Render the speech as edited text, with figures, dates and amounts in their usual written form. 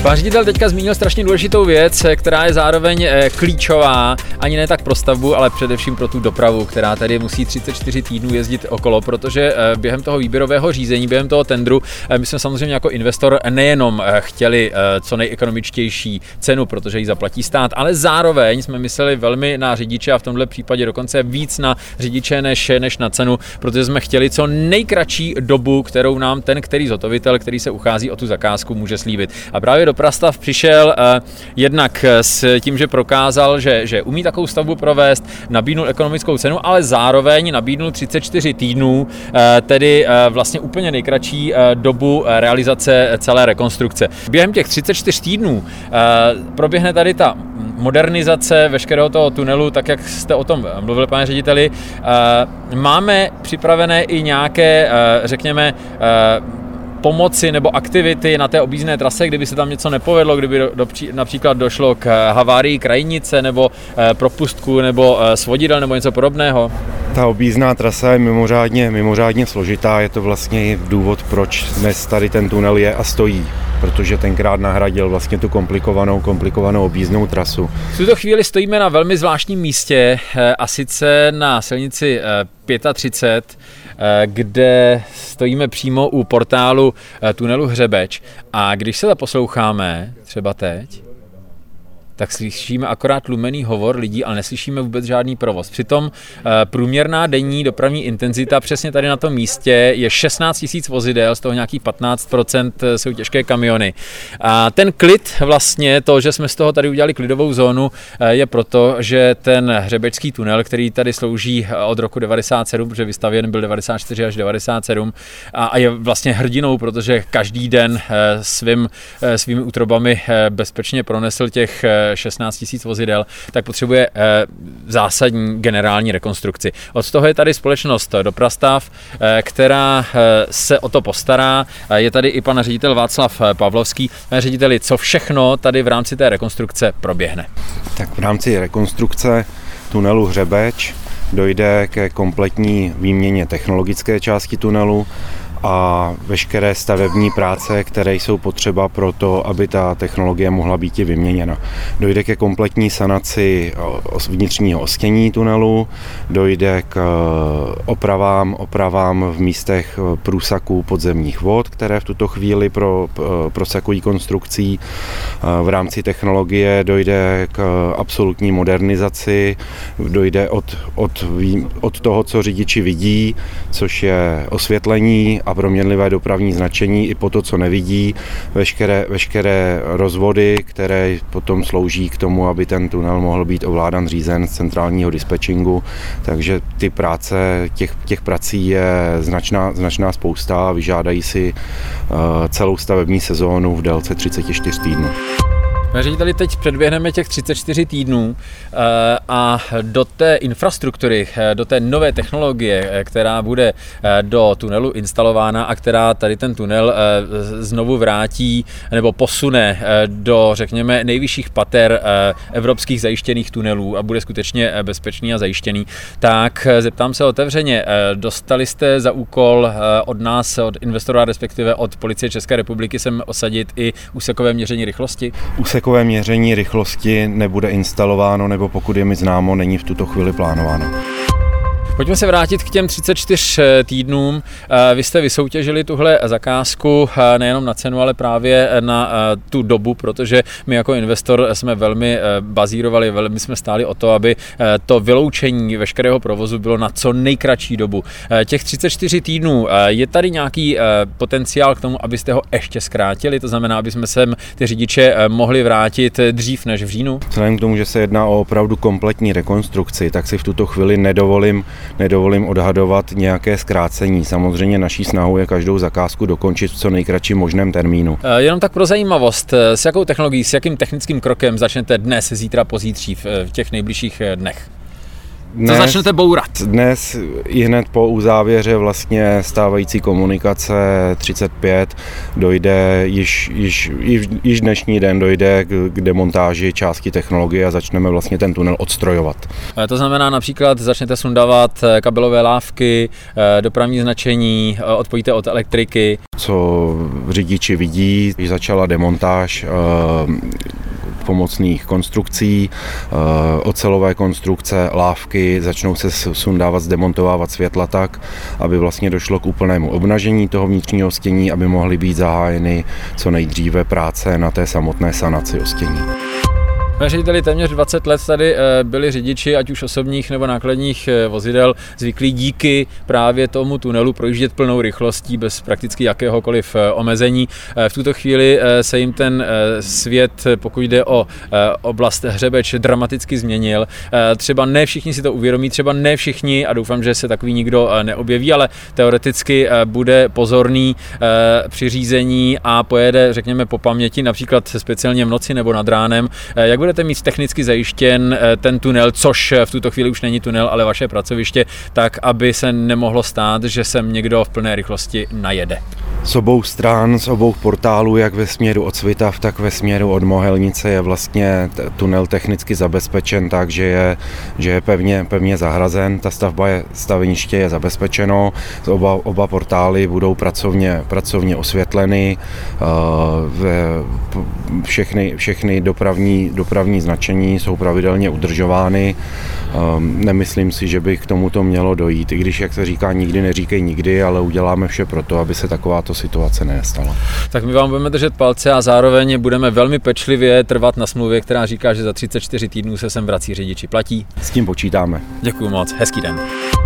Pan ředitel teďka zmínil strašně důležitou věc, která je zároveň klíčová, ani ne tak pro stavbu, ale především pro tu dopravu, která tady musí 34 týdnů jezdit okolo, protože během toho výběrového řízení, během toho tendru, my jsme samozřejmě jako investor nejenom chtěli co nejekonomičtější cenu, protože ji zaplatí stát, ale zároveň jsme mysleli velmi na řidiče a v tomhle případě dokonce víc na řidiče než na cenu, protože jsme chtěli co nejkratší dobu, kterou nám ten, který zhotovitel, který se uchází o tu zakázku, může slíbit. A právě Doprastav přišel jednak s tím, že prokázal, že umí takovou stavbu provést, nabídnul ekonomickou cenu, ale zároveň nabídnul 34 týdnů, tedy vlastně úplně nejkratší dobu realizace celé rekonstrukce. Během těch 34 týdnů proběhne tady ta modernizace veškerého toho tunelu, tak jak jste o tom mluvil, pane řediteli. Máme připravené i nějaké, řekněme, pomoci nebo aktivity na té objízdné trase, kdyby se tam něco nepovedlo, kdyby například došlo k havárii krajnice nebo propustku nebo svodidel nebo něco podobného? Ta objízdná trasa je mimořádně složitá, je to vlastně důvod, proč dnes tady ten tunel je a stojí, protože tenkrát nahradil vlastně tu komplikovanou objízdnou trasu. V tuto chvíli stojíme na velmi zvláštním místě, a sice na silnici 35, kde stojíme přímo u portálu tunelu Hřebeč. A když se zaposloucháme, třeba teď, tak slyšíme akorát tlumený hovor lidí, ale neslyšíme vůbec žádný provoz. Přitom průměrná denní dopravní intenzita přesně tady na tom místě je 16 000 vozidel, z toho nějakých 15% jsou těžké kamiony. A ten klid vlastně, to, že jsme z toho tady udělali klidovou zónu, je proto, že ten hřebečský tunel, který tady slouží od roku 97, protože vystavěn byl 94 až 97 a je vlastně hrdinou, protože každý den svými útrobami bezpečně pronesl těch 16 000 vozidel, tak potřebuje zásadní generální rekonstrukci. Od toho je tady společnost Doprastav, která se o to postará. Je tady i pan ředitel Václav Pavlovský. Pane řediteli, co všechno tady v rámci té rekonstrukce proběhne? Tak v rámci rekonstrukce tunelu Hřebeč dojde ke kompletní výměně technologické části tunelu a veškeré stavební práce, které jsou potřeba pro to, aby ta technologie mohla být vyměněna. Dojde ke kompletní sanaci vnitřního ostění tunelu, dojde k opravám v místech průsaků podzemních vod, které v tuto chvíli prosakují konstrukcí. V rámci technologie dojde k absolutní modernizaci, dojde od toho, co řidiči vidí, což je osvětlení a proměnlivé dopravní značení, i po to, co nevidí, veškeré rozvody, které potom slouží k tomu, aby ten tunel mohl být ovládan, řízen z centrálního dispečingu. Takže ty práce, těch prací je značná spousta a vyžádají si celou stavební sezónu v délce 34 týdnů. Pane řediteli, teď předběhneme těch 34 týdnů a do té infrastruktury, do té nové technologie, která bude do tunelu instalována a která tady ten tunel znovu vrátí nebo posune do, řekněme, nejvyšších pater evropských zajištěných tunelů a bude skutečně bezpečný a zajištěný, tak zeptám se otevřeně, dostali jste za úkol od nás, od investora, respektive od Policie České republiky sem osadit i úsekové měření rychlosti? Úsekové měření rychlosti nebude instalováno, nebo pokud je mi známo, není v tuto chvíli plánováno. Pojďme se vrátit k těm 34 týdnům. Vy jste vysoutěžili tuhle zakázku nejenom na cenu, ale právě na tu dobu, protože my jako investor jsme velmi bazírovali, velmi jsme stáli o to, aby to vyloučení veškerého provozu bylo na co nejkratší dobu. Těch 34 týdnů, je tady nějaký potenciál k tomu, abyste ho ještě zkrátili? To znamená, aby jsme sem ty řidiče mohli vrátit dřív než v říjnu? Vzhledem k tomu, že se jedná o opravdu kompletní rekonstrukci, tak si v tuto chvíli nedovolím odhadovat nějaké zkrácení. Samozřejmě naší snahou je každou zakázku dokončit v co nejkratším možném termínu. Jenom tak pro zajímavost, s jakou technologií, s jakým technickým krokem začnete dnes, zítra, pozítří v těch nejbližších dnech? Co začnete bourat? Dnes i hned po uzávěře vlastně stávající komunikace 35 dojde, již dnešní den dojde k demontáži části technologie a začneme vlastně ten tunel odstrojovat. To znamená například začnete sundávat kabelové lávky, dopravní značení, odpojíte od elektriky. Co řidiči vidí, když začala demontáž pomocných konstrukcí, ocelové konstrukce, lávky, začnou se sundávat, zdemontovávat světla tak, aby vlastně došlo k úplnému obnažení toho vnitřního ostění, aby mohly být zahájeny co nejdříve práce na té samotné sanaci ostění. Pane řediteli, téměř 20 let tady byli řidiči, ať už osobních nebo nákladních vozidel, zvyklí díky právě tomu tunelu projíždět plnou rychlostí bez prakticky jakéhokoliv omezení. V tuto chvíli se jim ten svět, pokud jde o oblast Hřebeč, dramaticky změnil. Třeba ne všichni si to uvědomí, třeba ne všichni, a doufám, že se takový nikdo neobjeví, ale teoreticky bude pozorný při řízení a pojede, řekněme, po paměti, například speciálně v noci nebo nad ránem. Jak budete mít technicky zajištěn ten tunel, což v tuto chvíli už není tunel, ale vaše pracoviště, tak aby se nemohlo stát, že sem někdo v plné rychlosti najede? Z obou stran, z obou portálů, jak ve směru od Svitav, tak ve směru od Mohelnice je vlastně tunel technicky zabezpečen tak, že je pevně zahrazen. Ta staveniště je zabezpečeno, oba portály budou pracovně osvětleny, všechny dopravní značení jsou pravidelně udržovány. Nemyslím si, že by k tomuto mělo dojít, i když, jak se říká, nikdy neříkej nikdy, ale uděláme vše pro to, aby se takováto situace nestala. Tak my vám budeme držet palce a zároveň budeme velmi pečlivě trvat na smlouvě, která říká, že za 34 týdnů se sem vrací řidiči. Platí? S tím počítáme. Děkuju moc, hezký den.